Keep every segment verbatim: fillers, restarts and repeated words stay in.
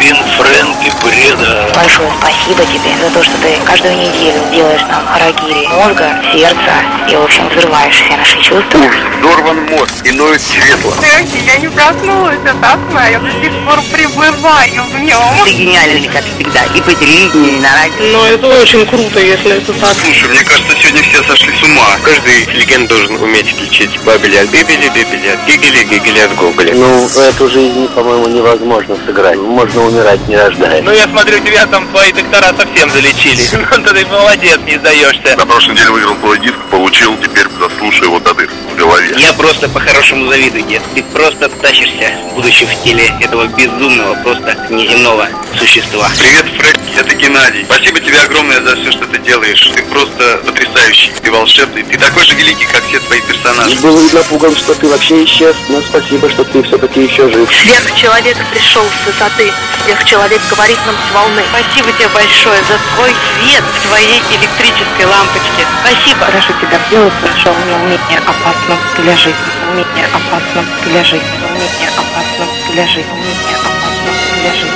Сын Фрэнки Бреда. Большое спасибо тебе за то, что ты каждую неделю делаешь нам харакири мозга, сердца и, в общем, взрываешь все наши чувства. Взорван мозг, и ноет светло. Фрэнки, я не проснулась от окна, я до сих пор пребываю в нем. Ты гениальный, как всегда, и по телевидению, и на радио. Но это очень круто, если это так. Слушай, мне кажется, сегодня все сошли с ума. Каждый интеллигент должен уметь отличить бабеля от бибели, бибели от гигеля, гигеля от гоголя. Ну, эту жизнь, по-моему, невозможно сыграть. Можно умирать, не рождаясь. Ну, я смотрю, тебя там твои доктора совсем залечили. Ну, ты молодец, не сдаешься. На прошлой неделе выиграл твой диск, получил, теперь заслушаю его до дыр в голове. Я просто по-хорошему завидую, дед. Ты просто тащишься, будучи в теле этого безумного, просто неземного существа. Привет, Фрэнки, это Геннадий. Спасибо тебе огромное за все, что ты делаешь. Ты просто потрясающий, ты волшебный. Ты такой же великий, как все твои персонажи. Был напуган, что ты вообще исчез, но спасибо, что ты все-таки еще жив. Сверхчеловек пришел с высоты. Сверхчеловек говорит нам с волны. Спасибо тебе большое за твой свет в твоей электрической лампочке. Спасибо. Прошу тебя, сделай хорошо, умение опасно для жизни. Умение опасно для жизни. Умение опасно для жизни. Умение опасно для жизни.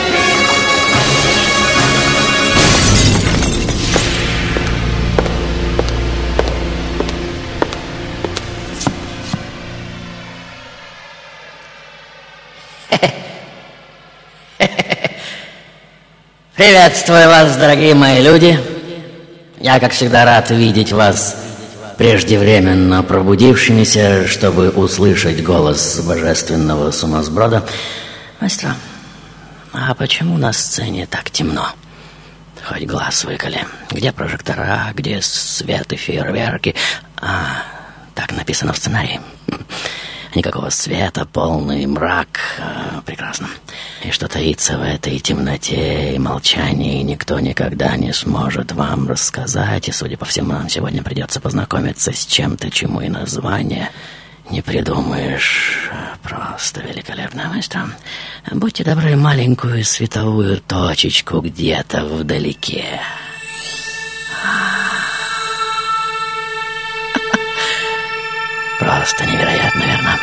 Приветствую вас, дорогие мои люди. Я, как всегда, рад видеть вас преждевременно пробудившимися, чтобы услышать голос божественного сумасброда. Мастер, а почему на сцене так темно? Хоть глаз выколи. Где прожектора, где свет и фейерверки? А, так написано в сценарии. Никакого света, полный мрак. А, прекрасно. И что таится в этой темноте и молчании, никто никогда не сможет вам рассказать. И, судя по всему, нам сегодня придется познакомиться с чем-то, чему и название не придумаешь. Просто великолепно, мастер. Будьте добры, маленькую световую точечку где-то вдалеке. Просто невероятно, верно?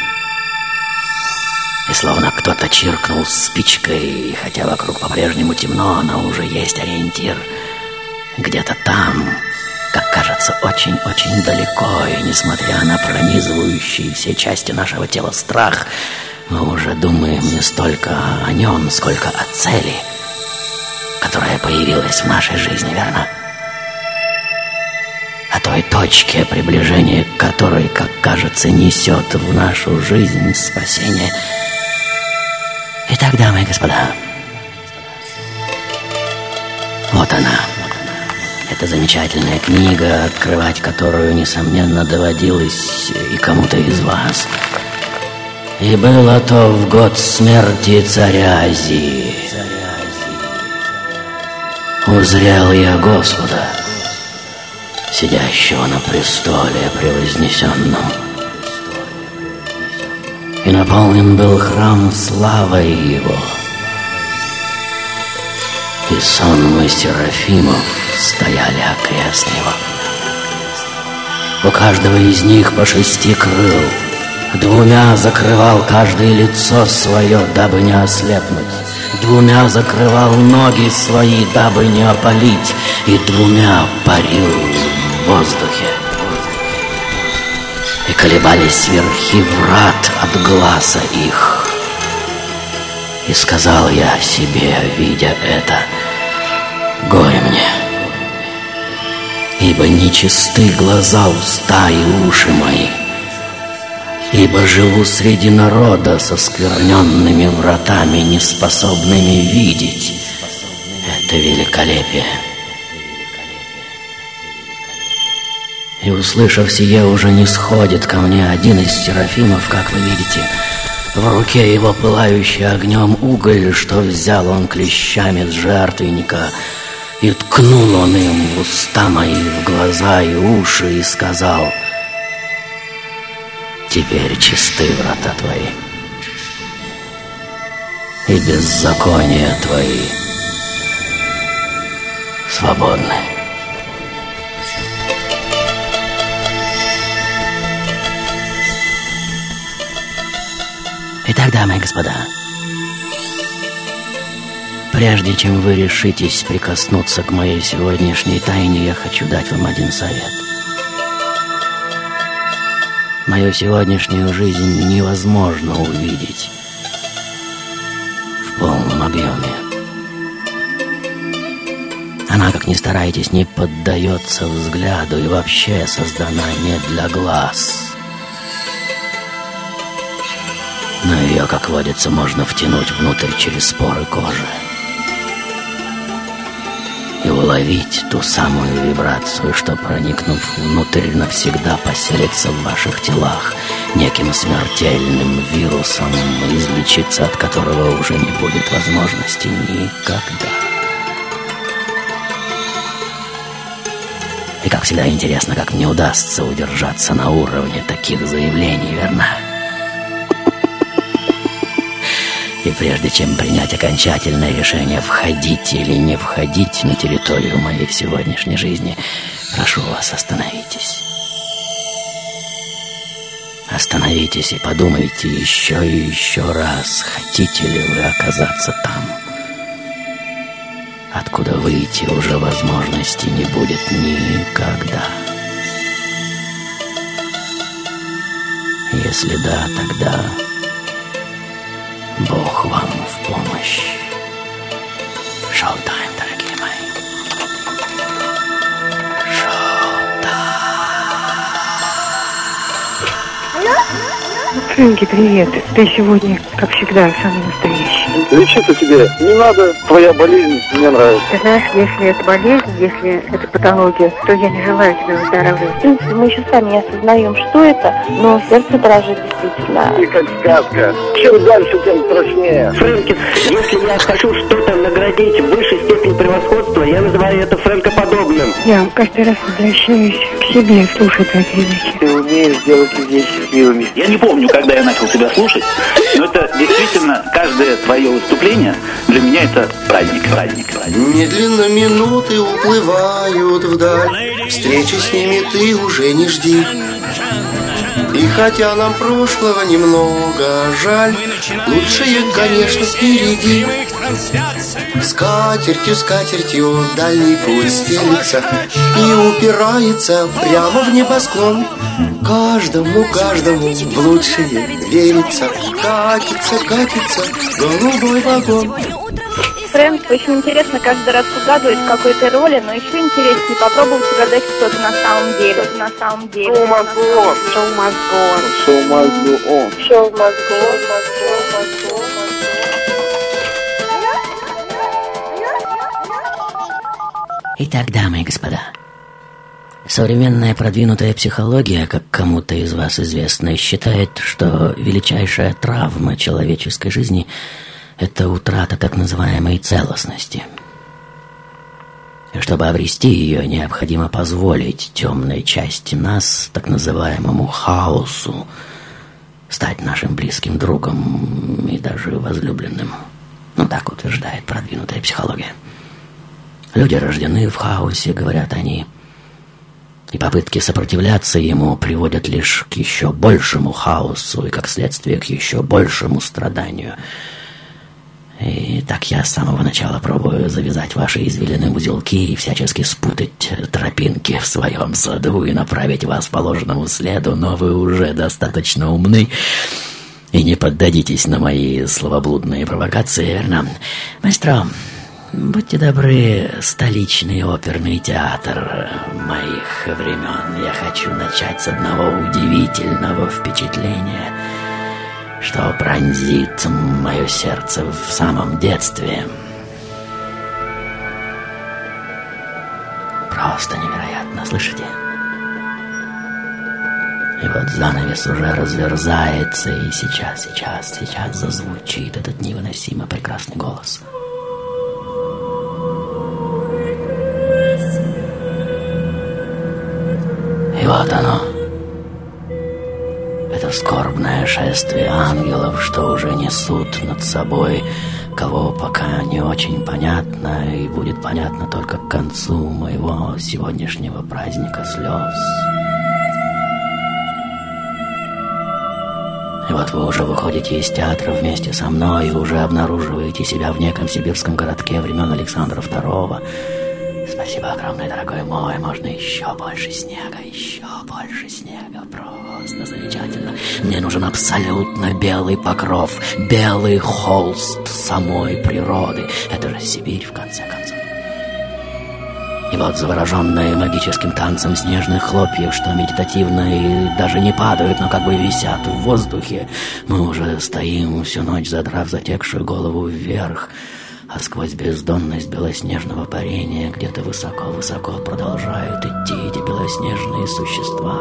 И словно кто-то чиркнул спичкой, и хотя вокруг по-прежнему темно, но уже есть ориентир. Где-то там, как кажется, очень-очень далеко, и несмотря на пронизывающий все части нашего тела страх, мы уже думаем не столько о нем, сколько о цели, которая появилась в нашей жизни, верно? О той точке, приближение к которой, как кажется, несет в нашу жизнь спасение. Итак, дамы и господа, вот она. Это замечательная книга, открывать которую, несомненно, доводилось и кому-то из вас. И было то в год смерти царя Азии. Узрел я Господа, сидящего на престоле превознесенном. И наполнен был храм славой его. И сонмы серафимов стояли окрест него. У каждого из них по шести крыл. Двумя закрывал каждое лицо свое, дабы не ослепнуть. Двумя закрывал ноги свои, дабы не опалить. И двумя парил в воздухе. И колебались верхи врат от глаза их. И сказал я себе, видя это: горе мне, ибо нечисты глаза, уста и уши мои, ибо живу среди народа со скверненными вратами, неспособными видеть это великолепие. И, услышав сие, уже не сходит ко мне один из серафимов, как вы видите. В руке его пылающий огнем уголь, что взял он клещами с жертвенника, и ткнул он им в уста мои, в глаза и уши, и сказал: теперь чисты врата твои, и беззакония твои свободны. Итак, дамы и господа, прежде чем вы решитесь прикоснуться к моей сегодняшней тайне, я хочу дать вам один совет. Мою сегодняшнюю жизнь невозможно увидеть в полном объеме. Она, как ни старайтесь, не поддается взгляду и вообще создана не для глаз. Но ее, как водится, можно втянуть внутрь через споры кожи и уловить ту самую вибрацию, что, проникнув внутрь, навсегда поселится в ваших телах неким смертельным вирусом, излечиться от которого уже не будет возможности никогда. И, как всегда, интересно, как мне удастся удержаться на уровне таких заявлений, верно? И прежде чем принять окончательное решение, входить или не входить на территорию моей сегодняшней жизни, прошу вас, остановитесь. Остановитесь и подумайте еще и еще раз, хотите ли вы оказаться там, откуда выйти уже возможности не будет никогда. Если да, тогда Бог вам в помощь. Шоу-тайм, дорогие мои. Шоу-тайм. Фрэнки, привет. Ты сегодня, как всегда, самый настоящий. Лечиться тебе не надо, твоя болезнь мне нравится. Ты знаешь, если это болезнь, если это патология, то я не желаю тебе выздоравливать. В принципе, мы еще сами не осознаем, что это, но сердце дрожит действительно. Ты как сказка. Чем дальше, тем страшнее. Фрэнки, если я хочу что-то наградить в высшей степени превосходства, я называю это фрэнкоподобным. Я каждый раз возвращаюсь к себе, слушая твои передачи. Ты умеешь делать людей счастливыми. Я не помню, когда я начал тебя слушать, но это действительно каждое твое выступление для меня это праздник, праздник, праздник. Медленно минуты уплывают вдаль, встречи с ними ты уже не жди. И хотя нам прошлого немного жаль, лучшее, конечно, впереди. Скатертью, скатертью дальний путь стелится и упирается прямо в небосклон. Каждому, каждому в лучшее верится. Катится, катится голубой вагон. Фрэнк, очень интересно каждый раз угадывать в какой-то роли, но еще интереснее попробовать угадать, кто ты на самом деле. Кто ты на самом деле. Show must go on. Show must go on. Show must go on. Show must go on, must go on, must go on. Итак, дамы и господа, современная продвинутая психология, как кому-то из вас известно, считает, что величайшая травма человеческой жизни – это утрата так называемой целостности. И чтобы обрести ее, необходимо позволить темной части нас, так называемому хаосу, стать нашим близким другом и даже возлюбленным. Ну, так утверждает продвинутая психология. Люди рождены в хаосе, говорят они, и попытки сопротивляться ему приводят лишь к еще большему хаосу и, как следствие, к еще большему страданию. И так я с самого начала пробую завязать ваши извилины узелки и всячески спутать тропинки в своем саду и направить вас по ложному следу, но вы уже достаточно умны и не поддадитесь на мои словоблудные провокации, верно? Маэстро, будьте добры, столичный оперный театр моих времен. Я хочу начать с одного удивительного впечатления, что пронзит мое сердце в самом детстве. Просто невероятно, слышите? И вот занавес уже разверзается, и сейчас, сейчас, сейчас зазвучит этот невыносимо прекрасный голос. И вот оно. Это скорбное шествие ангелов, что уже несут над собой, кого пока не очень понятно, и будет понятно только к концу моего сегодняшнего праздника слез. И вот вы уже выходите из театра вместе со мной и уже обнаруживаете себя в неком сибирском городке времен Александра Второго. Спасибо огромное, дорогой мой. Можно еще больше снега, еще больше снега. Просто замечательно. Мне нужен абсолютно белый покров, белый холст самой природы. Это же Сибирь, в конце концов. И вот, завороженные магическим танцем снежных хлопьев, что медитативно и даже не падают, но как бы висят в воздухе, мы уже стоим всю ночь, задрав затекшую голову вверх, а сквозь бездонность белоснежного парения где-то высоко-высоко продолжают идти эти белоснежные существа.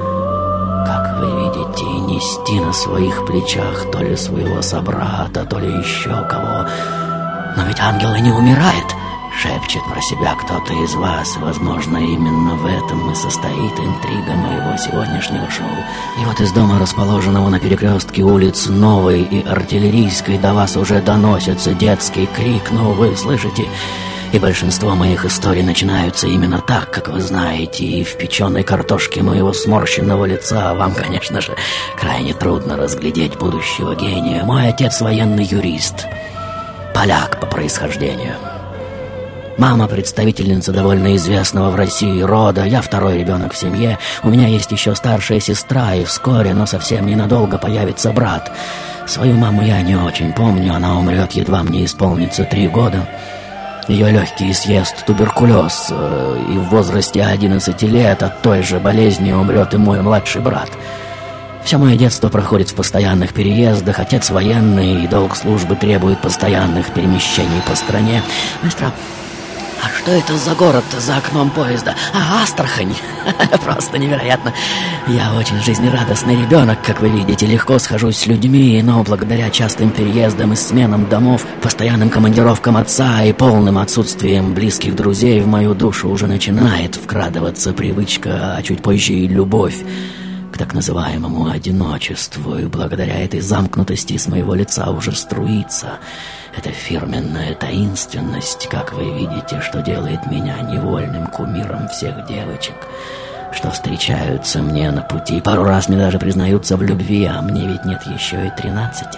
Как вы видите, нести на своих плечах то ли своего собрата, то ли еще кого. Но ведь ангел и не умирает, шепчет про себя кто-то из вас, и, возможно, именно в этом и состоит интрига моего сегодняшнего шоу. И вот из дома, расположенного на перекрестке улиц Новой и Артиллерийской, до вас уже доносится детский крик, ну, вы слышите? И большинство моих историй начинаются именно так, как вы знаете, и в печеной картошке моего сморщенного лица вам, конечно же, крайне трудно разглядеть будущего гения. Мой отец военный юрист, поляк по происхождению. Мама представительница довольно известного в России рода, я второй ребенок в семье, у меня есть еще старшая сестра, и вскоре, но совсем ненадолго, появится брат. Свою маму я не очень помню, она умрет, едва мне исполнится три года. Ее легкий съест туберкулез, и в возрасте одиннадцати лет от той же болезни умрет и мой младший брат. Все мое детство проходит в постоянных переездах, отец военный, и долг службы требует постоянных перемещений по стране. Мастер, а что это за город за окном поезда? А, Астрахань. Просто невероятно. Я очень жизнерадостный ребенок, как вы видите. Легко схожусь с людьми, но благодаря частым переездам и сменам домов, постоянным командировкам отца и полным отсутствием близких друзей в мою душу уже начинает вкрадываться привычка, а чуть позже и любовь к так называемому одиночеству. И благодаря этой замкнутости с моего лица уже струится эта фирменная таинственность, как вы видите, что делает меня невольным кумиром всех девочек, что встречаются мне на пути. Пару раз мне даже признаются в любви, а мне ведь нет еще и тринадцати.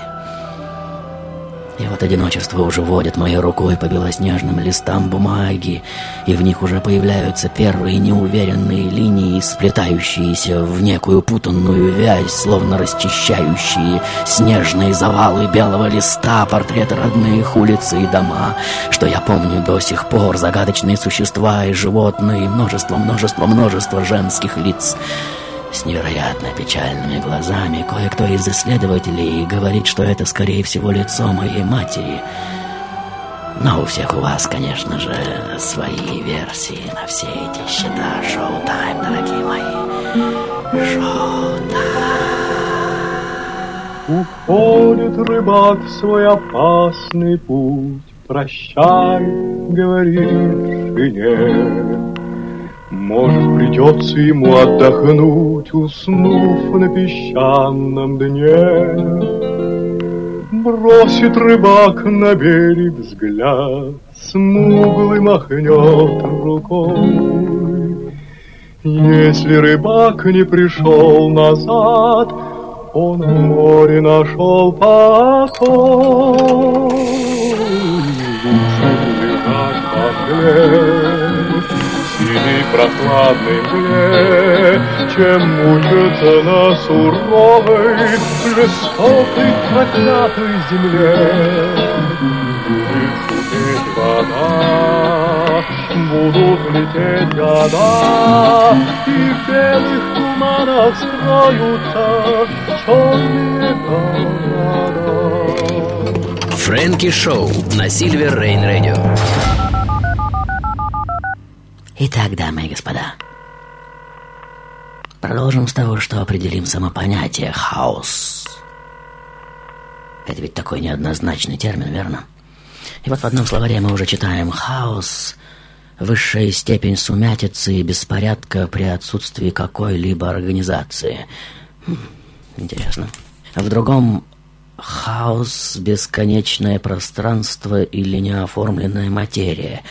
И вот одиночество уже водит моей рукой по белоснежным листам бумаги, и в них уже появляются первые неуверенные линии, сплетающиеся в некую путанную вязь, словно расчищающие снежные завалы белого листа, портреты родных, улицы и дома, что я помню до сих пор, загадочные существа и животные, множество, множество, множество женских лиц с невероятно печальными глазами. Кое-кто из исследователей говорит, что это, скорее всего, лицо моей матери. Но у всех у вас, конечно же, свои версии на все эти счета. Шоу-тайм, дорогие мои. Шоу-тайм. Уходит рыбак в свой опасный путь. Прощай, говорит жене. Может, придется ему отдохнуть, уснув на песчаном дне. Бросит рыбак на берег взгляд, смуглый махнет рукой. Если рыбак не пришел назад, он в море нашел покой. Лучше лежать на хлеб синей прохладной мгле, чем мучиться на суровой, жестокой, проклятой земле. Будет шуметь вода, будут лететь года, и в белых туманах скроются черные города. Фрэнки Шоу на Silver Rain Radio. Итак, дамы и господа, продолжим с того, что определим само понятие «хаос». Это ведь такой неоднозначный термин, верно? И вот в одном словаре мы уже читаем «хаос» — высшая степень сумятицы и беспорядка при отсутствии какой-либо организации. Хм, интересно. А в другом «хаос» — бесконечное пространство или неоформленная материя,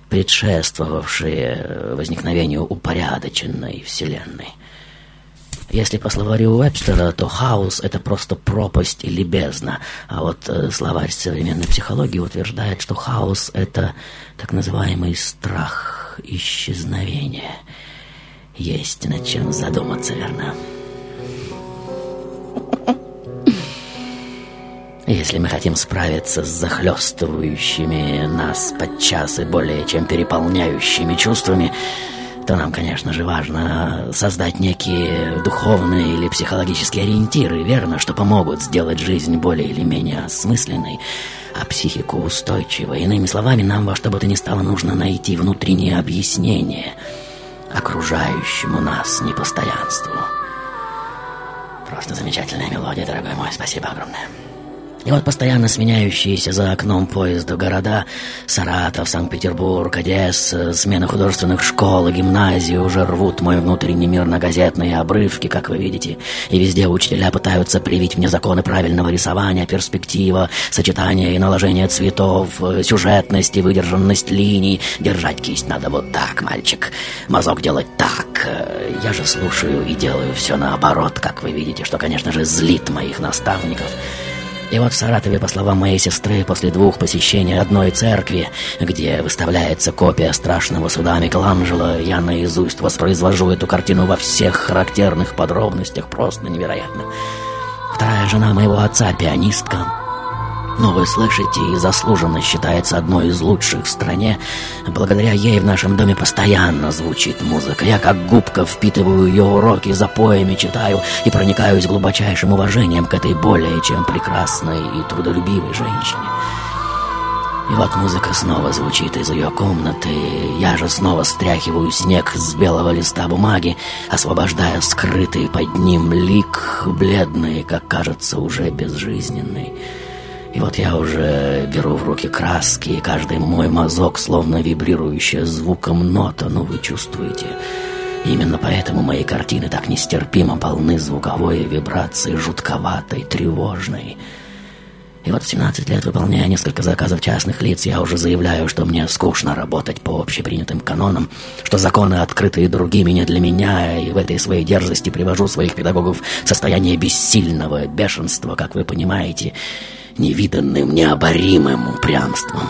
предшествовавшие возникновению упорядоченной Вселенной. Если по словарю Уэбстера, то хаос — это просто пропасть или бездна. А вот э, словарь современной психологии утверждает, что хаос — это так называемый страх исчезновения. Есть над чем задуматься, верно? Если мы хотим справиться с захлестывающими нас подчас и более чем переполняющими чувствами, то нам, конечно же, важно создать некие духовные или психологические ориентиры, верно, что помогут сделать жизнь более или менее осмысленной, а психику устойчивой. Иными словами, нам во что бы то ни стало нужно найти внутреннее объяснение окружающему нас непостоянству. Просто замечательная мелодия, дорогой мой, спасибо огромное. И вот постоянно сменяющиеся за окном поезда города Саратов, Санкт-Петербург, Одесса, смены художественных школ и гимназий уже рвут мой внутренний мир на газетные обрывки, как вы видите. И везде учителя пытаются привить мне законы правильного рисования, перспектива, сочетание и наложение цветов, сюжетность и выдержанность линий. Держать кисть надо вот так, мальчик, мазок делать так. Я же слушаю и делаю все наоборот, как вы видите, что, конечно же, злит моих наставников. И вот в Саратове, по словам моей сестры, после двух посещений одной церкви, где выставляется копия страшного суда Микеланджело, я наизусть воспроизвожу эту картину во всех характерных подробностях, просто невероятно. Вторая жена моего отца, пианистка. Но вы слышите, и заслуженно считается одной из лучших в стране. Благодаря ей в нашем доме постоянно звучит музыка. Я как губка впитываю ее уроки, запоями читаю и проникаюсь глубочайшим уважением к этой более чем прекрасной и трудолюбивой женщине. И вот музыка снова звучит из ее комнаты. Я же снова стряхиваю снег с белого листа бумаги, освобождая скрытый под ним лик, бледный, как кажется, уже безжизненный. И вот я уже беру в руки краски, и каждый мой мазок, словно вибрирующая звуком нота, ну вы чувствуете. Именно поэтому мои картины так нестерпимо полны звуковой вибрации, жутковатой, тревожной. И вот в семнадцать лет, выполняя несколько заказов частных лиц, я уже заявляю, что мне скучно работать по общепринятым канонам, что законы, открытые другими, не для меня, и в этой своей дерзости привожу своих педагогов в состояние бессильного бешенства, как вы понимаете, невиданным, необоримым упрямством.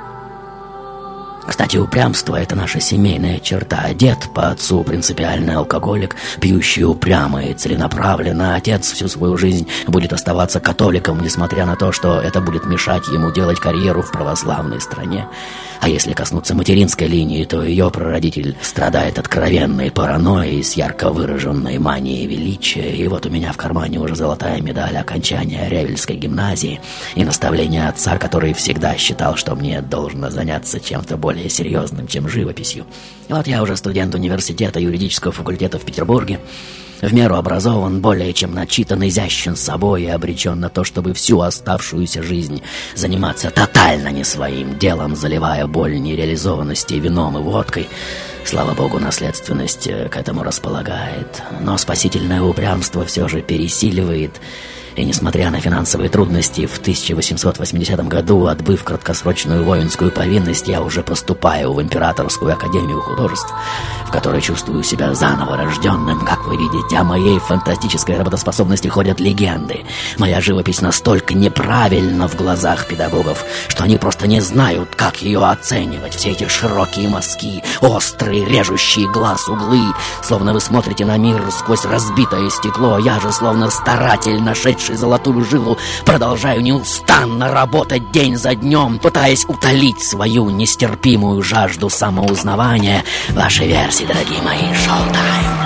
Кстати, упрямство — это наша семейная черта. Дед по отцу принципиальный алкоголик, пьющий упрямо и целенаправленно. Отец всю свою жизнь будет оставаться католиком, несмотря на то, что это будет мешать ему делать карьеру в православной стране. А если коснуться материнской линии, то ее прародитель страдает откровенной паранойей с ярко выраженной манией величия. И вот у меня в кармане уже золотая медаль окончания Ревельской гимназии и наставление отца, который всегда считал, что мне должно заняться чем-то более серьезным, чем живописью. И вот я уже студент университета юридического факультета в Петербурге, в меру образован, более чем начитан, изящен собой и обречен на то, чтобы всю оставшуюся жизнь заниматься тотально не своим делом, заливая боль нереализованности вином и водкой. Слава богу, наследственность к этому располагает. Но спасительное упрямство все же пересиливает. И несмотря на финансовые трудности, в тысяча восемьсот восьмидесятом году, отбыв краткосрочную воинскую повинность, я уже поступаю в Императорскую академию художеств, в которой чувствую себя заново рожденным. Как вы видите, о моей фантастической работоспособности ходят легенды. Моя живопись настолько неправильна в глазах педагогов, что они просто не знают, как ее оценивать. Все эти широкие мазки, острые, режущие глаз углы, словно вы смотрите на мир сквозь разбитое стекло. Я же, словно старатель, нашедший золотую жилу, продолжаю неустанно работать день за днем, пытаясь утолить свою нестерпимую жажду самоузнавания. Ваши версии, дорогие мои. Шоу-тайм!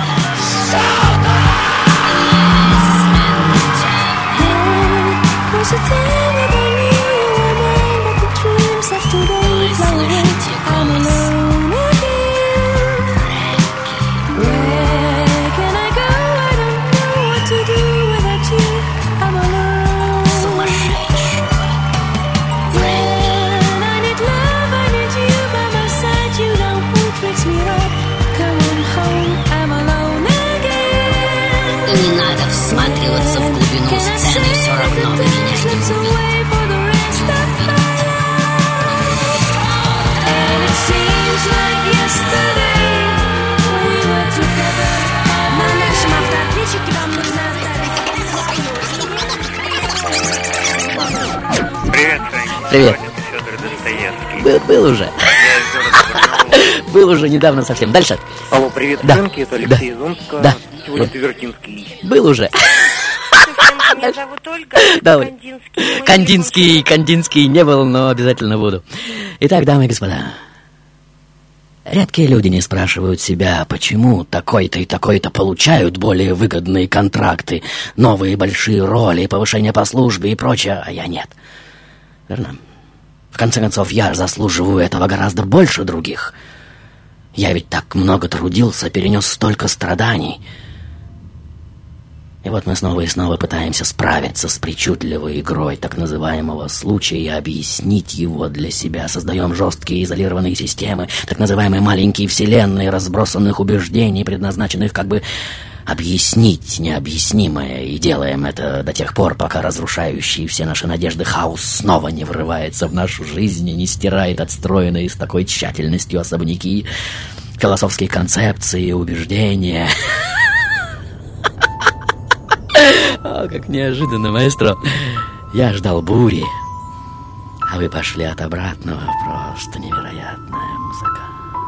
Привет. Был, был уже. Был уже недавно совсем. Дальше. Алло, привет, да. Фрэнки, это Алексей да. из Омска. Да. Сегодня да. ты Вертинский. Был уже. Меня зовут Ольга. Давай. Кандинский, Кандинский не был, но обязательно буду. Итак, дамы и господа. Редкие люди не спрашивают себя, почему такой-то и такой-то получают более выгодные контракты, новые большие роли, повышение по службе и прочее, а я нет. Верно? В конце концов, я заслуживаю этого гораздо больше других. Я ведь так много трудился, перенес столько страданий. И вот мы снова и снова пытаемся справиться с причудливой игрой так называемого случая и объяснить его для себя. Создаем жесткие изолированные системы, так называемые маленькие вселенные разбросанных убеждений, предназначенных как бы объяснить необъяснимое. И делаем это до тех пор, пока разрушающий все наши надежды хаос снова не врывается в нашу жизнь и не стирает отстроенные с такой тщательностью особняки, философские концепции, убеждения... О, как неожиданно, маэстро. Я ждал бури, а вы пошли от обратного. Просто невероятная музыка.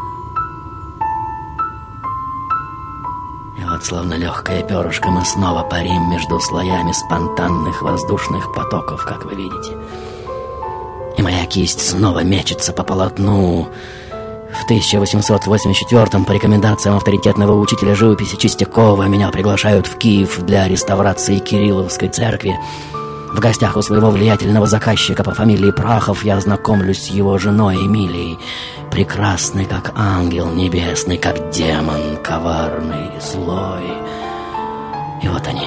И вот, словно легкое перышко, мы снова парим между слоями спонтанных воздушных потоков, как вы видите. И моя кисть снова мечется по полотну. В тысяча восемьсот восемьдесят четвёртом по рекомендациям авторитетного учителя живописи Чистякова меня приглашают в Киев для реставрации Кирилловской церкви. В гостях у своего влиятельного заказчика по фамилии Прахов я знакомлюсь с его женой Эмилией. Прекрасный, как ангел небесный, как демон, коварный, злой. И вот они.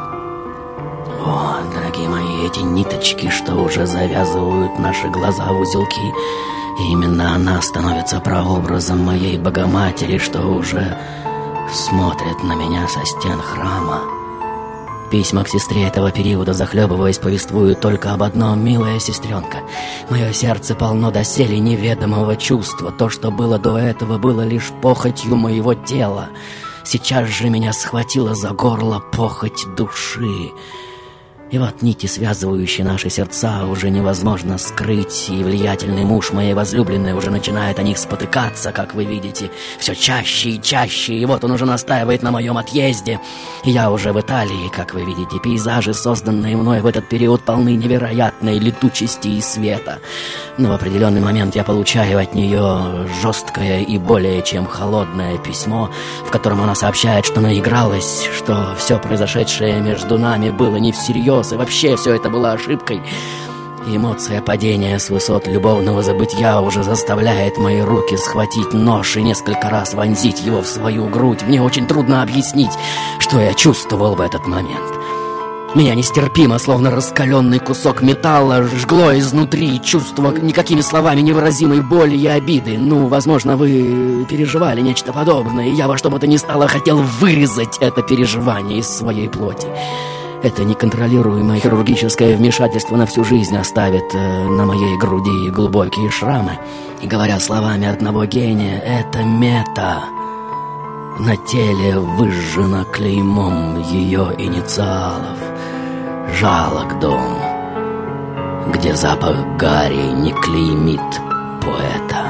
Вот, дорогие мои, эти ниточки, что уже завязывают наши глаза в узелки. И именно она становится прообразом моей Богоматери, что уже смотрит на меня со стен храма. Письма к сестре этого периода, захлебываясь, повествуют только об одном: милая сестренка, мое сердце полно доселе неведомого чувства. То, что было до этого, было лишь похотью моего тела. Сейчас же меня схватила за горло похоть души. И вот нити, связывающие наши сердца, уже невозможно скрыть, и влиятельный муж моей возлюбленной уже начинает о них спотыкаться, как вы видите, все чаще и чаще, и вот он уже настаивает на моем отъезде. И я уже в Италии, как вы видите, пейзажи, созданные мной в этот период, полны невероятной летучести и света. Но в определенный момент я получаю от нее жесткое и более чем холодное письмо, в котором она сообщает, что наигралась, что все произошедшее между нами было не всерьез, и вообще все это было ошибкой. И эмоция падения с высот любовного забытья уже заставляет мои руки схватить нож и несколько раз вонзить его в свою грудь. Мне очень трудно объяснить, что я чувствовал в этот момент. Меня нестерпимо, словно раскаленный кусок металла, жгло изнутри чувство никакими словами невыразимой боли и обиды. Ну, возможно, вы переживали нечто подобное, и я во что бы то ни стало хотел вырезать это переживание из своей плоти. Это неконтролируемое хирургическое вмешательство на всю жизнь оставит э, на моей груди глубокие шрамы. И, говоря словами одного гения, это мета. На теле выжжено клеймом ее инициалов. Жалок дом, где запах гари не клеймит поэта.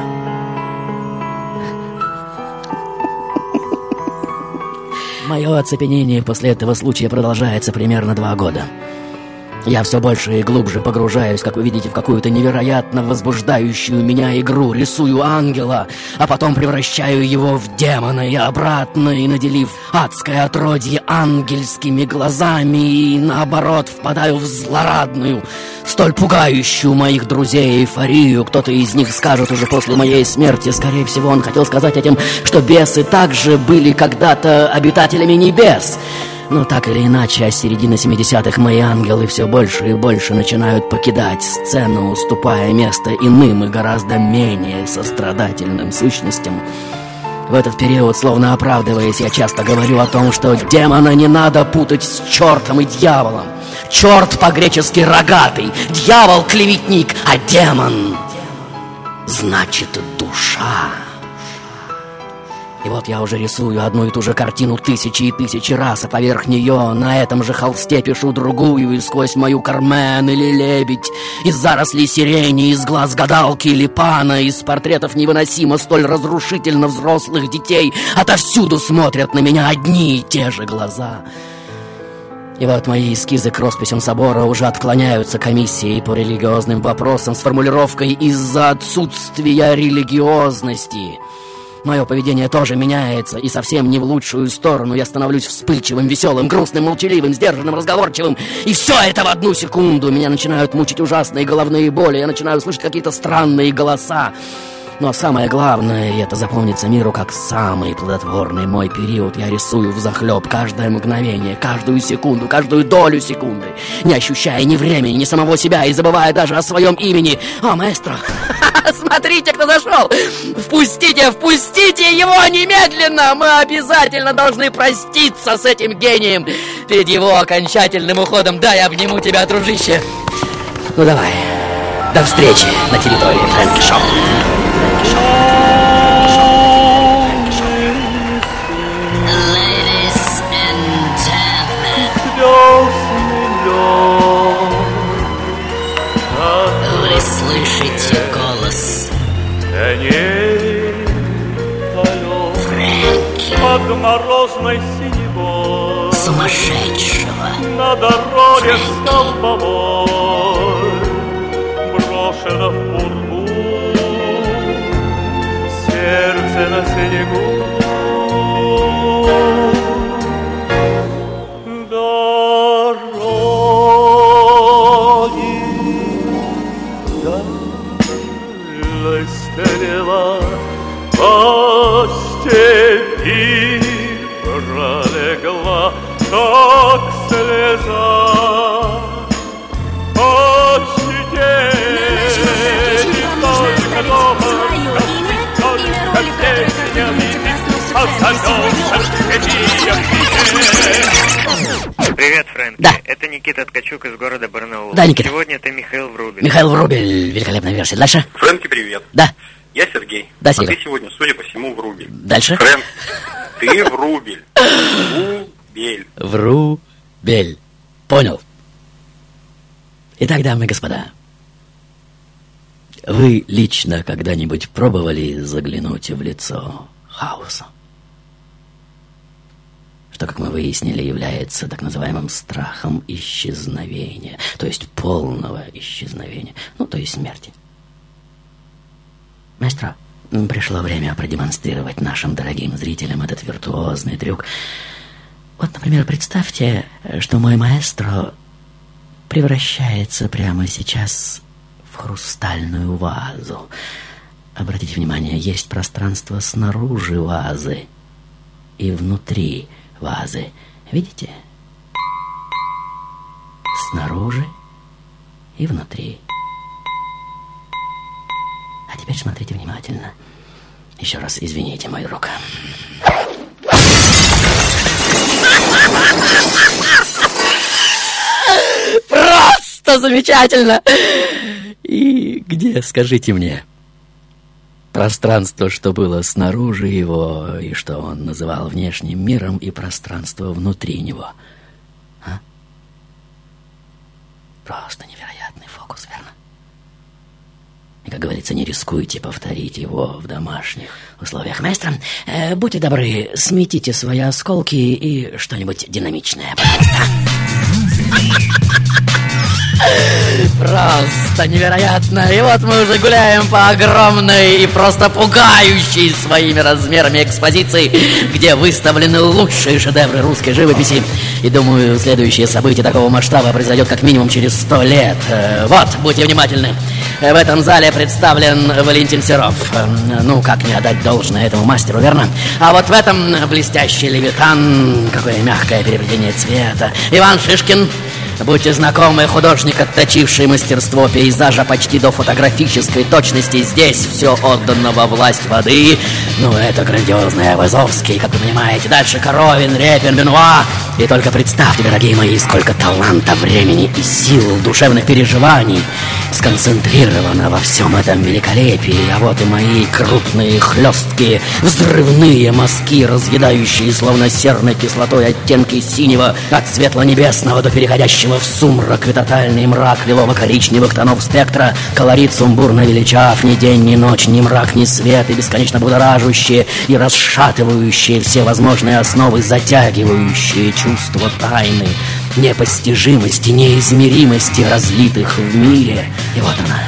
Мое оцепенение после этого случая продолжается примерно два года. Я все больше и глубже погружаюсь, как вы видите, в какую-то невероятно возбуждающую меня игру. Рисую ангела, а потом превращаю его в демона и обратно, и, наделив адское отродье ангельскими глазами, и, наоборот, впадаю в злорадную, столь пугающую моих друзей эйфорию. Кто-то из них скажет уже после моей смерти, скорее всего, он хотел сказать этим, что бесы также были когда-то обитателями небес. Но так или иначе, с середины семидесятых мои ангелы все больше и больше начинают покидать сцену, уступая место иным и гораздо менее сострадательным сущностям. В этот период, словно оправдываясь, я часто говорю о том, что демона не надо путать с чертом и дьяволом. Черт по-гречески рогатый, дьявол клеветник, а демон значит душа. И вот я уже рисую одну и ту же картину тысячи и тысячи раз, а поверх нее на этом же холсте пишу другую, и сквозь мою Кармен или Лебедь, из зарослей сирени, из глаз гадалки или пана, из портретов невыносимо столь разрушительно взрослых детей, отовсюду смотрят на меня одни и те же глаза. И вот мои эскизы к росписям собора уже отклоняются комиссией по религиозным вопросам с формулировкой «из-за отсутствия религиозности». Мое поведение тоже меняется, и совсем не в лучшую сторону. Я становлюсь вспыльчивым, веселым, грустным, молчаливым, сдержанным, разговорчивым. И все это в одну секунду. Меня начинают мучить ужасные головные боли. Я начинаю слышать какие-то странные голоса. Но самое главное, и это запомнится миру как самый плодотворный мой период, я рисую взахлеб каждое мгновение, каждую секунду, каждую долю секунды, не ощущая ни времени, ни самого себя и забывая даже о своем имени. О, маэстро, смотрите, кто зашел! Впустите, впустите его немедленно! Мы обязательно должны проститься с этим гением перед его окончательным уходом. Да, я обниму тебя, дружище. Ну давай, до встречи на территории Фрэнки Шоу. Ladies and gentlemen, вы слышите голос Фрэнки, сумасшедшего на дороге столбовой, брошено в пургу, сердце на снегу. Стелила по степи, пролегла, как слеза. Почтите, только дома, только песнями, обзовется Привет, Фрэнки. Да. Это Никита Ткачук из города Барнаул. Да, Никита. Сегодня это Михаил Врубель. Михаил Врубель, великолепная версия. Дальше? Фрэнки, привет. Да. Я Сергей. Да, а Серега. ты сегодня, судя по всему, Врубель. Дальше? Фрэнк, ты Врубель. Врубель. Врубель. Понял. Итак, дамы и господа, вы лично когда-нибудь пробовали заглянуть в лицо хаоса? Что, как мы выяснили, является так называемым страхом исчезновения, то есть полного исчезновения, ну, то есть смерти. Маэстро, пришло время продемонстрировать нашим дорогим зрителям этот виртуозный трюк. Вот, например, представьте, что мой маэстро превращается прямо сейчас в хрустальную вазу. Обратите внимание, есть пространство снаружи вазы и внутри вазы. Видите? Снаружи и внутри. А теперь смотрите внимательно. Еще раз извините мою руку. Просто замечательно! И где, скажите мне, пространство, что было снаружи его, и что он называл внешним миром, и пространство внутри него? А? Просто невероятный фокус, верно? И, как говорится, не рискуйте повторить его в домашних условиях. Маэстро, э, будьте добры, сметите свои осколки и что-нибудь динамичное, пожалуйста. Просто невероятно. И вот мы уже гуляем по огромной и просто пугающей своими размерами экспозиции, где выставлены лучшие шедевры русской живописи. И думаю, следующее событие такого масштаба произойдет как минимум через сто лет. Вот, будьте внимательны. В этом зале представлен Валентин Серов. Ну, как не отдать должное этому мастеру, верно? А вот в этом блестящий Левитан. Какое мягкое переплетение цвета. Иван Шишкин. Будьте знакомы, художник, отточивший мастерство пейзажа почти до фотографической точности. Здесь все отдано во власть воды. Ну, это грандиозный Айвазовский, как вы понимаете. Дальше Коровин, Репин, Бенуа. И только представьте, дорогие мои, сколько таланта, времени и сил, душевных переживаний сконцентрировано во всем этом великолепии. А вот и мои крупные, хлесткие, взрывные мазки, разъедающие словно серной кислотой оттенки синего от светло-небесного до переходящего в сумрак и тотальный мрак лилово-коричневых тонов спектра. Колорит сумбурно величав, ни день, ни ночь, ни мрак, ни свет, и бесконечно будоражащие и расшатывающие все возможные основы, затягивающие чувство тайны, непостижимости, неизмеримости, разлитых в мире. И вот она.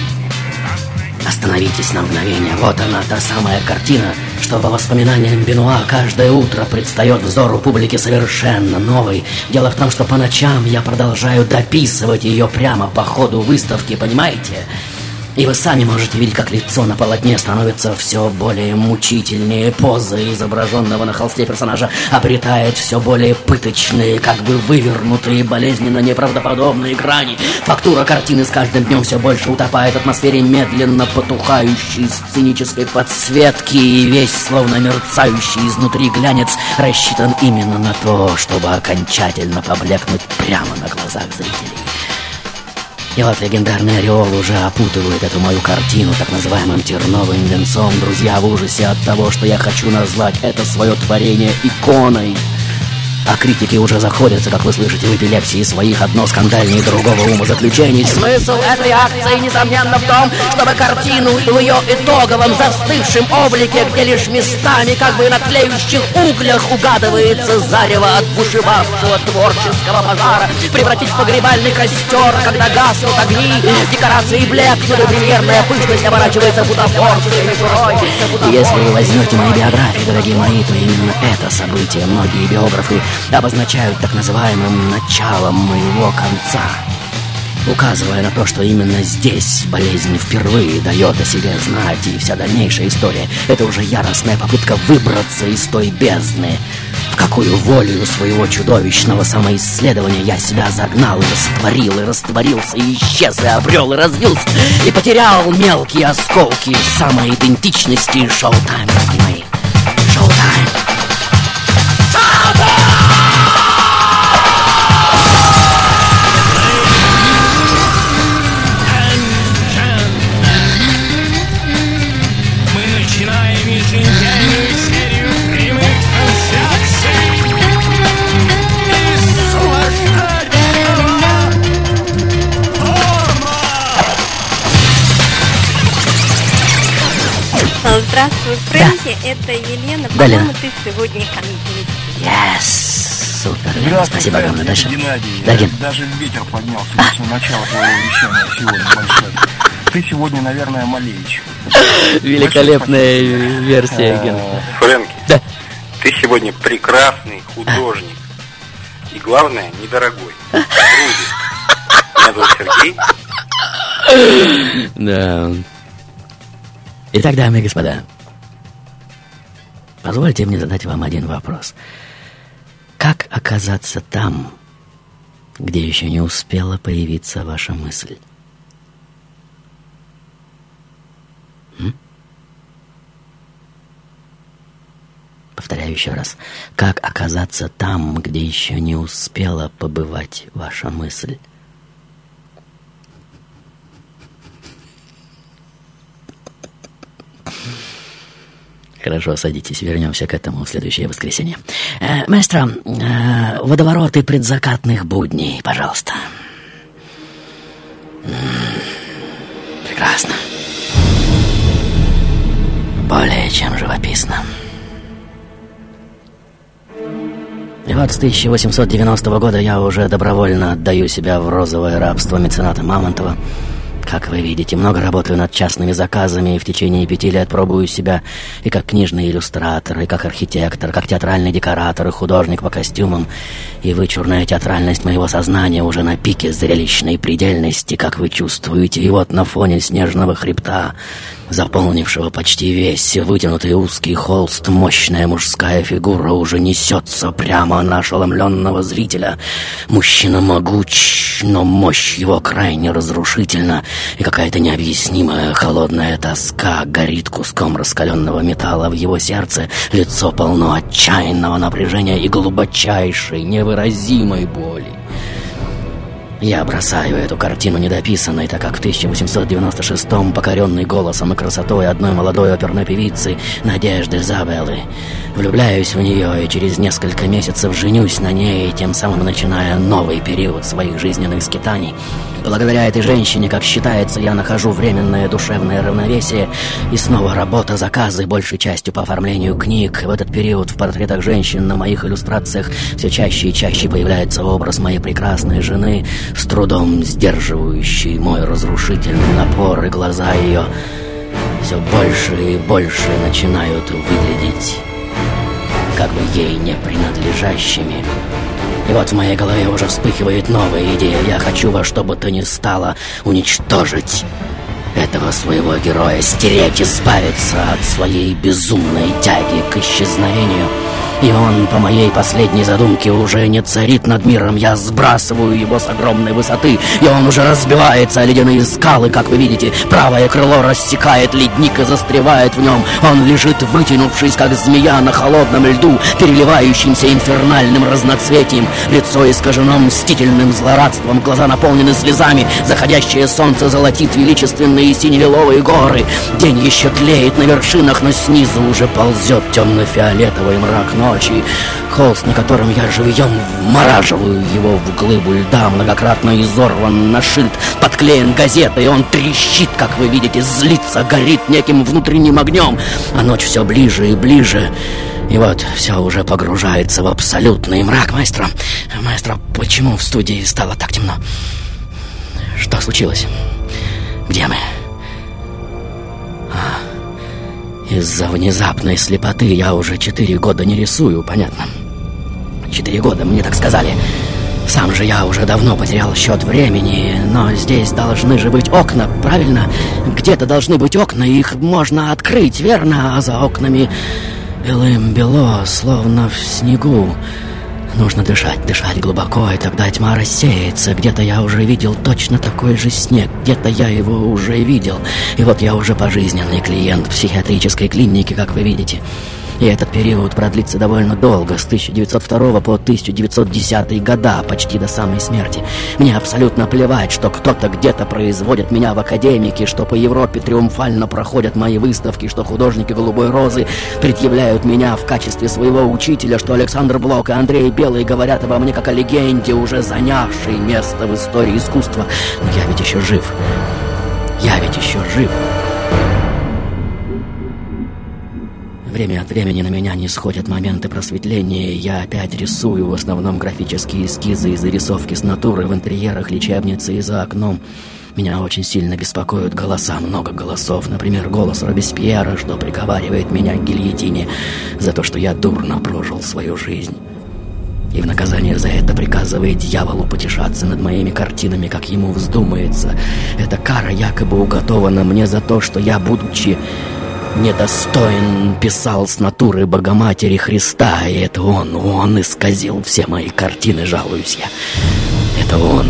Остановитесь на мгновение. Вот она, та самая картина, что по воспоминаниям Бенуа каждое утро предстает взору публики совершенно новой. Дело в том, что по ночам я продолжаю дописывать ее прямо по ходу выставки, понимаете? И вы сами можете видеть, как лицо на полотне становится все более мучительнее, поза изображенного на холсте персонажа обретает все более пыточные, как бы вывернутые, болезненно неправдоподобные грани. Фактура картины с каждым днем все больше утопает в атмосфере медленно потухающей сценической подсветки, и весь, словно мерцающий изнутри глянец, рассчитан именно на то, чтобы окончательно поблекнуть прямо на глазах зрителей. И вот легендарный ореол уже опутывает эту мою картину так называемым терновым венцом. Друзья в ужасе от того, что я хочу назвать это свое творение иконой. А критики уже заходятся, как вы слышите, в эпилепсии своих одно скандальнее другого умозаключений. Смысл этой акции, несомненно, в том, чтобы картину в ее итоговом застывшем облике, где лишь местами, как бы на тлеющих углях, угадывается зарево от бушевавшего творческого пожара, превратить в погребальный костер, когда гаснут огни, декорации блекнут, и премьерная пышность оборачивается бутафорской мишурой. И если вы возьмете мои биографии, дорогие мои, то именно это событие многие биографы обозначают так называемым началом моего конца, указывая на то, что именно здесь болезнь впервые дает о себе знать, и вся дальнейшая история — это уже яростная попытка выбраться из той бездны, в какую волею своего чудовищного самоисследования я себя загнал и растворил, и растворился, и исчез, и обрел, и развился, и потерял мелкие осколки самоидентичности. Шоу-тайм, дорогие мои, шоу-тайм. Здравствуй, Фрэнки, да. Это Елена. Да, по-моему, Лена. ты сегодня ко мне. Yes, супер, Лена, спасибо огромное. Дальше. Геннадий, да, Ген. даже ветер поднялся а? после начала твоего вещания сегодня большой. Ты сегодня, наверное, Малевич. Великолепная версия, Ген. Фрэнки, да. Ты сегодня прекрасный художник. И главное, недорогой. Меня зовут Сергей. Да. Итак, дамы и господа, позвольте мне задать вам один вопрос. Как оказаться там, где еще не успела появиться ваша мысль? М? Повторяю еще раз. Как оказаться там, где еще не успела побывать ваша мысль? Хорошо, садитесь, вернемся к этому в следующее воскресенье. Э, маэстро, э, водовороты предзакатных будней, пожалуйста. М-м, прекрасно. Более чем живописно. И вот с тысяча восемьсот девяностого года я уже добровольно отдаю себя в розовое рабство мецената Мамонтова. Как вы видите, много работаю над частными заказами, и в течение пяти лет пробую себя и как книжный иллюстратор, и как архитектор, как театральный декоратор, и художник по костюмам. И вычурная театральность моего сознания уже на пике зрелищной предельности, как вы чувствуете. И вот на фоне снежного хребта заполнившего почти весь вытянутый узкий холст, мощная мужская фигура уже несется прямо на ошеломленного зрителя. Мужчина могуч, но мощь его крайне разрушительна, и какая-то необъяснимая холодная тоска горит куском раскаленного металла в его сердце. Лицо полно отчаянного напряжения и глубочайшей, невыразимой боли. Я бросаю эту картину недописанной, так как в тысяча восемьсот девяносто шестом, покоренный голосом и красотой одной молодой оперной певицы Надежды Забеллы, влюбляюсь в нее и через несколько месяцев женюсь на ней, тем самым начиная новый период своих жизненных скитаний. Благодаря этой женщине, как считается, я нахожу временное душевное равновесие, и снова работа, заказы, большей частью по оформлению книг. В этот период в портретах женщин на моих иллюстрациях все чаще и чаще появляется образ моей прекрасной жены, с трудом сдерживающий мой разрушительный напор, и глаза ее все больше и больше начинают выглядеть как бы ей не принадлежащими. И вот в моей голове уже вспыхивает новая идея. Я хочу во что бы то ни стало уничтожить этого своего героя, стереть, избавиться от своей безумной тяги к исчезновению. И он, по моей последней задумке, уже не царит над миром. Я сбрасываю его с огромной высоты, и он уже разбивается о ледяные скалы, как вы видите. Правое крыло рассекает ледник и застревает в нем. Он лежит, вытянувшись, как змея на холодном льду, переливающимся инфернальным разноцветием. Лицо искажено мстительным злорадством, глаза наполнены слезами. Заходящее солнце золотит величественные сине-лиловые горы. День еще тлеет на вершинах, но снизу уже ползет темно-фиолетовый мрак ночи. Холст, на котором я живьем вмораживаю его в глыбу льда, многократно изорван, нашит, подклеен газетой, и он трещит, как вы видите, злится, горит неким внутренним огнем, а ночь все ближе и ближе. И вот все уже погружается в абсолютный мрак. Маэстро, маэстро, почему в студии стало так темно? Что случилось? Где мы? А... Из-за внезапной слепоты я уже четыре года не рисую, понятно. Четыре года, мне так сказали. Сам же я уже давно потерял счет времени, но здесь должны же быть окна, правильно? Где-то должны быть окна, их можно открыть, верно? А за окнами белым-бело, словно в снегу. Нужно дышать, дышать глубоко, и тогда тьма рассеется. Где-то я уже видел точно такой же снег, где-то я его уже видел. И вот я уже пожизненный клиент психиатрической клиники, как вы видите. И этот период продлится довольно долго, с тысяча девятьсот второго по тысяча девятьсот десятый года, почти до самой смерти. Мне абсолютно плевать, что кто-то где-то производит меня в академике, что по Европе триумфально проходят мои выставки, что художники «Голубой розы» предъявляют меня в качестве своего учителя, что Александр Блок и Андрей Белый говорят обо мне как о легенде, уже занявшей место в истории искусства. Но я ведь еще жив. Я ведь еще жив. Время от времени на меня не сходят моменты просветления, и я опять рисую, в основном графические эскизы и зарисовки с натуры в интерьерах лечебницы и за окном. Меня очень сильно беспокоят голоса, много голосов. Например, голос Робеспьера, что приговаривает меня к гильотине за то, что я дурно прожил свою жизнь. И в наказание за это приказывает дьяволу потешаться над моими картинами, как ему вздумается. Эта кара якобы уготована мне за то, что я, будучи недостоин, писал с натуры Богоматери Христа, и это он, он исказил все мои картины, жалуюсь я. Это он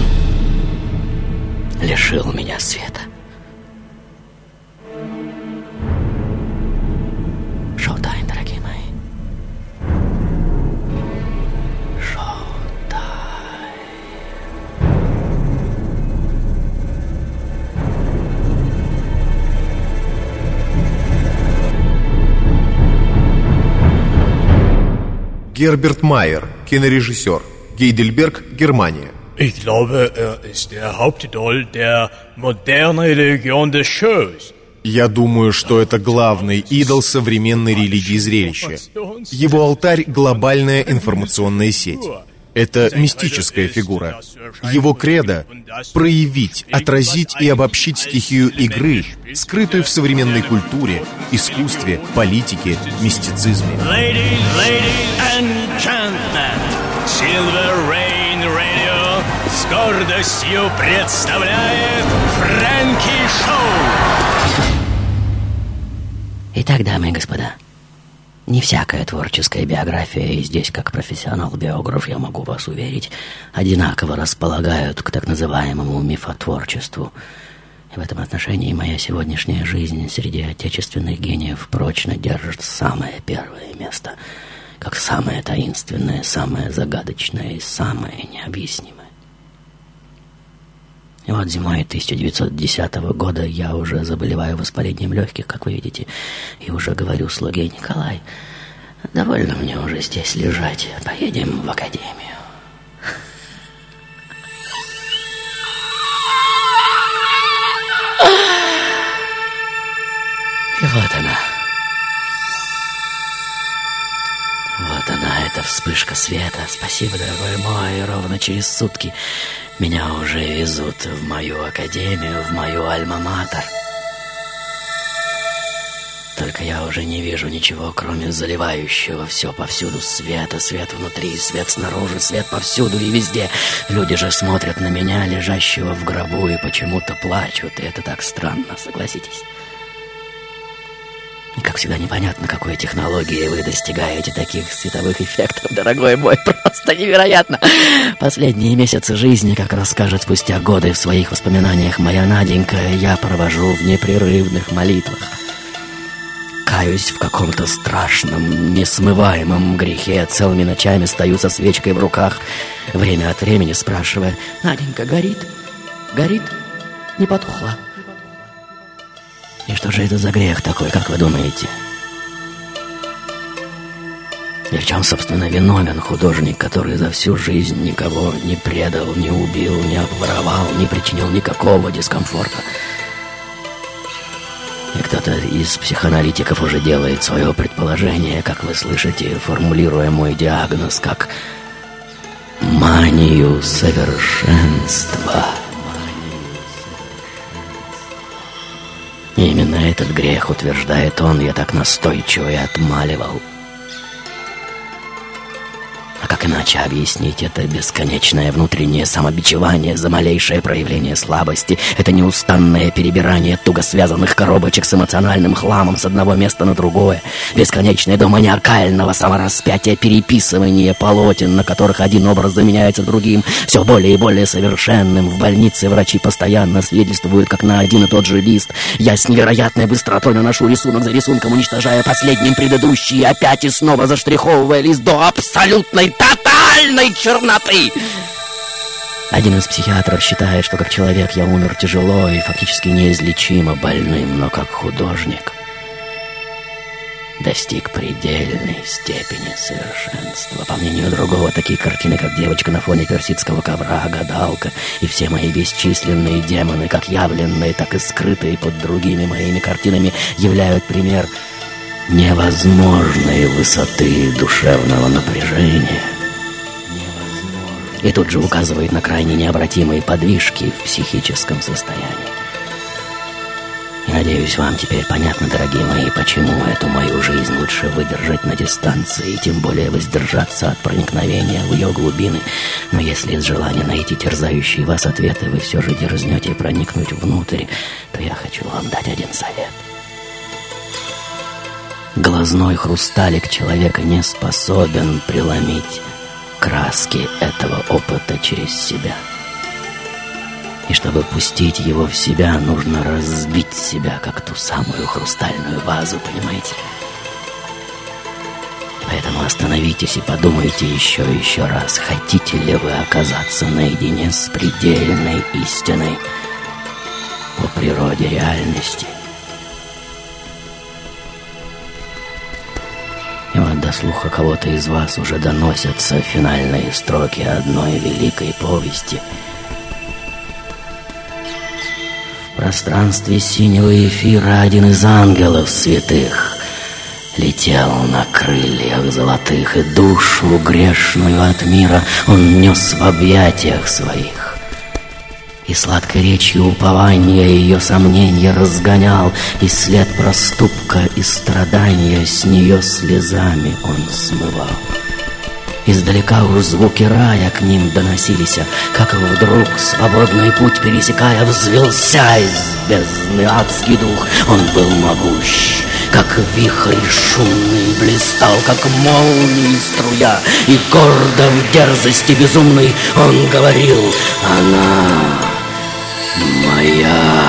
лишил меня света. Шоу-тайм, дорогие мои. Шоу-тайм. Герберт Майер, кинорежиссер. Гейдельберг, Германия. Ich glaube, er ist der Hauptidol der modernen Religion des Shows. Я думаю, что это главный идол современной религии зрелища. Его алтарь — глобальная информационная сеть. Это мистическая фигура. Его кредо — проявить, отразить и обобщить стихию игры, скрытую в современной культуре, искусстве, политике, мистицизме. Ladies, ladies and gentlemen, Silver Rain Radio с гордостью представляет Фрэнки Шоу. Итак, дамы и господа, не всякая творческая биография, и здесь, как профессионал-биограф, я могу вас уверить, одинаково располагают к так называемому мифотворчеству. И в этом отношении моя сегодняшняя жизнь среди отечественных гениев прочно держит самое первое место, как самое таинственное, самое загадочное и самое необъяснимое. И вот зимой тысяча девятьсот десятого года я уже заболеваю воспалением легких, как вы видите, и уже говорю слуге: Николай, довольно мне уже здесь лежать, поедем в академию. И вот она. Вот она, эта вспышка света. Спасибо, дорогой мой, и ровно через сутки меня уже везут в мою академию, в мою альма-матер. Только я уже не вижу ничего, кроме заливающего все повсюду света. Свет внутри, свет снаружи, свет повсюду и везде. Люди же смотрят на меня, лежащего в гробу, и почему-то плачут. И это так странно, согласитесь. И, как всегда, непонятно, какой технологией вы достигаете таких световых эффектов, дорогой мой, просто невероятно. Последние месяцы жизни, как расскажет спустя годы в своих воспоминаниях моя Наденька, я провожу в непрерывных молитвах. Каюсь в каком-то страшном, несмываемом грехе, целыми ночами стою со свечкой в руках, время от времени спрашивая: «Наденька, горит? Горит? Не потухла?» И что же это за грех такой, как вы думаете? И в чем, собственно, виновен художник, который за всю жизнь никого не предал, не убил, не обворовал, не причинил никакого дискомфорта? И кто-то из психоаналитиков уже делает свое предположение, как вы слышите, формулируя мой диагноз как манию совершенства. И именно этот грех, утверждает он, я так настойчиво и отмаливал. А как иначе объяснить это бесконечное внутреннее самобичевание за малейшее проявление слабости, это неустанное перебирание туго связанных коробочек с эмоциональным хламом с одного места на другое, бесконечное до маниакального самораспятия переписывание полотен, на которых один образ заменяется другим, все более и более совершенным. В больнице врачи постоянно свидетельствуют, как на один и тот же лист я с невероятной быстротой наношу рисунок за рисунком, уничтожая последним предыдущий, и опять и снова заштриховывая лист до абсолютной тотальной черноты. Один из психиатров считает, что как человек я умер тяжело и фактически неизлечимо больным, но как художник достиг предельной степени совершенства. По мнению другого, такие картины, как «Девочка на фоне персидского ковра», «Гадалка» и все мои бесчисленные демоны, как явленные, так и скрытые под другими моими картинами, являют пример невозможной высоты душевного напряжения. И тут же указывает на крайне необратимые подвижки в психическом состоянии. И надеюсь, вам теперь понятно, дорогие мои, почему эту мою жизнь лучше выдержать на дистанции и тем более воздержаться от проникновения в ее глубины. Но если из желания найти терзающие вас ответы вы все же дерзнете проникнуть внутрь, то я хочу вам дать один совет. Глазной хрусталик человека не способен преломить краски этого опыта через себя. И чтобы пустить его в себя, нужно разбить себя, как ту самую хрустальную вазу, понимаете? Поэтому остановитесь и подумайте еще и еще раз, хотите ли вы оказаться наедине с предельной истиной по природе реальности. И вот до слуха кого-то из вас уже доносятся финальные строки одной великой повести. В пространстве синего эфира один из ангелов святых летел на крыльях золотых, и душу грешную от мира он нес в объятиях своих. И сладкой речью упования ее сомнения разгонял, и след проступка и страдания с нее слезами он смывал. Издалека уж звуки рая к ним доносились, как вдруг, свободный путь пересекая, взвелся из бездны адский дух. Он был могущ, как вихрь шумный, блистал, как молнии струя, и гордо в дерзости безумной он говорил: она моя.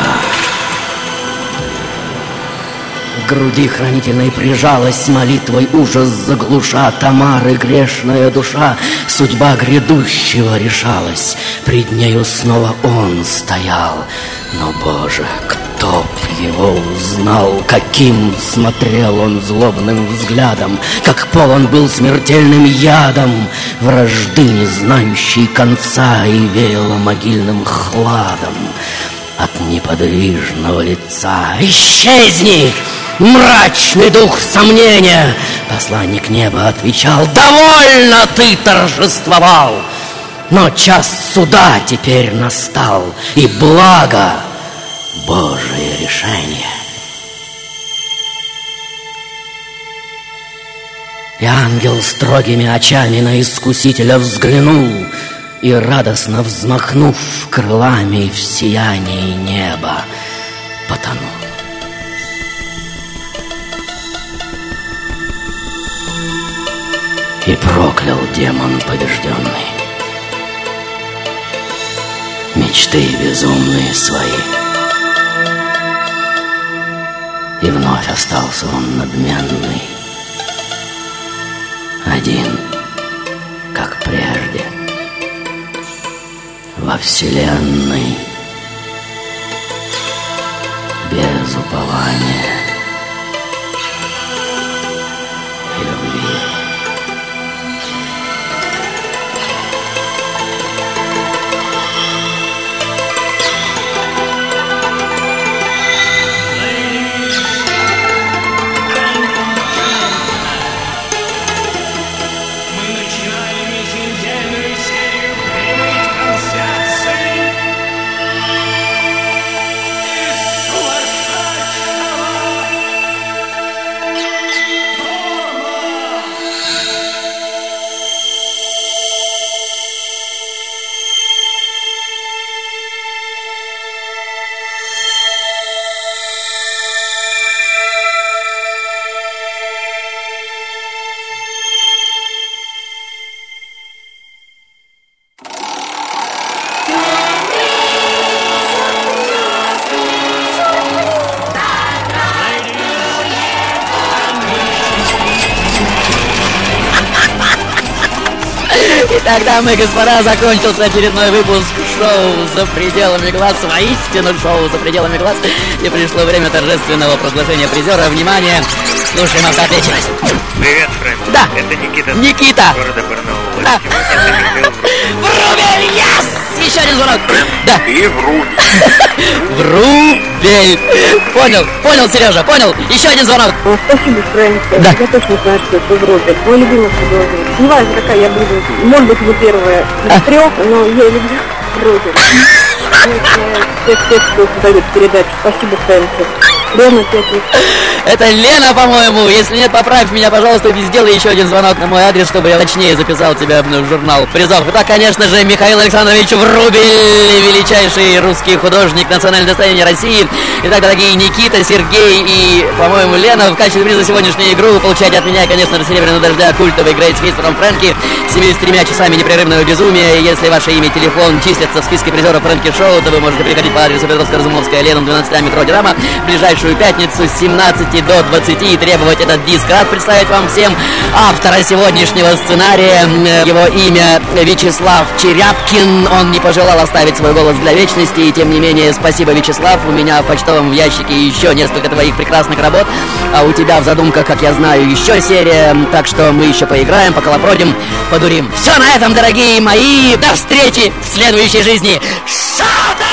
К груди хранительной прижалась молитвой ужас заглуша, Тамары грешная душа, судьба грядущего решалась. Пред нею снова он стоял, но, Боже, кто б его узнал, каким смотрел он злобным взглядом, как полон был смертельным ядом, вражды не знающей конца, и веяло могильным хладом от неподвижного лица. «Исчезни, мрачный дух сомнения!» Посланник неба отвечал: «Довольно ты торжествовал, но час суда теперь настал, и благо Божие решение». И ангел строгими очами на искусителя взглянул, и, радостно взмахнув крылами, в сиянии неба потонул. И проклял демон побежденный мечты безумные свои. И вновь остался он надменный, один, как прежде, во вселенной, без упования и любви. Итак, дамы и господа, закончился очередной выпуск шоу «За пределами глаз». Воистину шоу «За пределами глаз». И пришло время торжественного проглашения призера. Внимание, слушаем автоответчивость. Привет, Фрэнк. Да. Это Никита. Никита. Из города Барнаул. Да. Врубель, yes! Еще один звонок. Да. Ты Врубель. Врубель. Понял, понял, Сережа, понял. Еще один звонок. О, спасибо, Фрэнк. Да. Я точно знаю, что это Врубель. Мой любимый художник. Не важно, какая я буду. Может быть, вы первая из трех, но я люблю Врубель. Всех тех, кто создает передачу. Спасибо, Фрэнк. Лена, это Лена, по-моему. Если нет, поправь меня, пожалуйста, и сделай еще один звонок на мой адрес, чтобы я точнее записал тебя в журнал призов. Итак, конечно же, Михаил Александрович Врубель, величайший русский художник, национальное достояние России. Итак, дорогие Никита, Сергей и, по-моему, Лена, в качестве приза сегодняшнюю игру вы получаете от меня, конечно же, «Серебряного дождя», культовый Great Hits from Frankie, семьдесят тремя часами непрерывного безумия. Если ваше имя и телефон числятся в списке призеров Фрэнки Шоу, то вы можете приходить по адресу Петровско-Разумовская, Ленум, двенадцать а, метро Динамо, в ближайшую пятницу с семнадцати до двадцати и требовать этот диск. Рад представить вам всем автора сегодняшнего сценария. Его имя Вячеслав Черяпкин. Он не пожелал оставить свой голос для вечности, и тем не менее, спасибо, Вячеслав. У меня в почтовом ящике еще несколько твоих прекрасных работ, а у тебя в задумках, как я знаю, еще серия. Так что мы еще поиграем, поколопродим, подурим. Все на этом, дорогие мои. До встречи в следующей жизни. Шоу-да!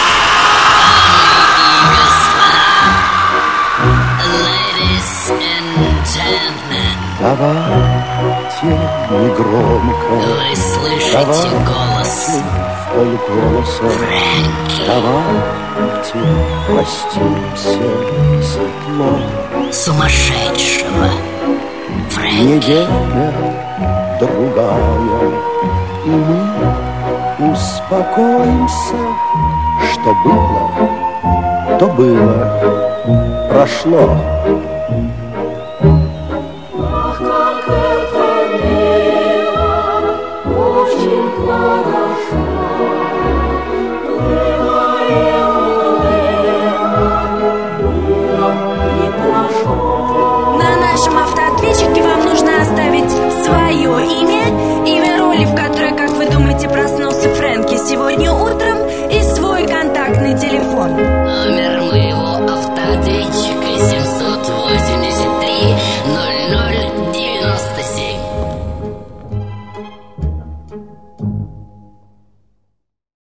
Давайте негромко. Вы слышите голос полголоса. Фрэнки. Давайте простимся светло. Сумасшедшего Фрэнки. Неделя другая, и мы успокоимся. Что было, то было, прошло.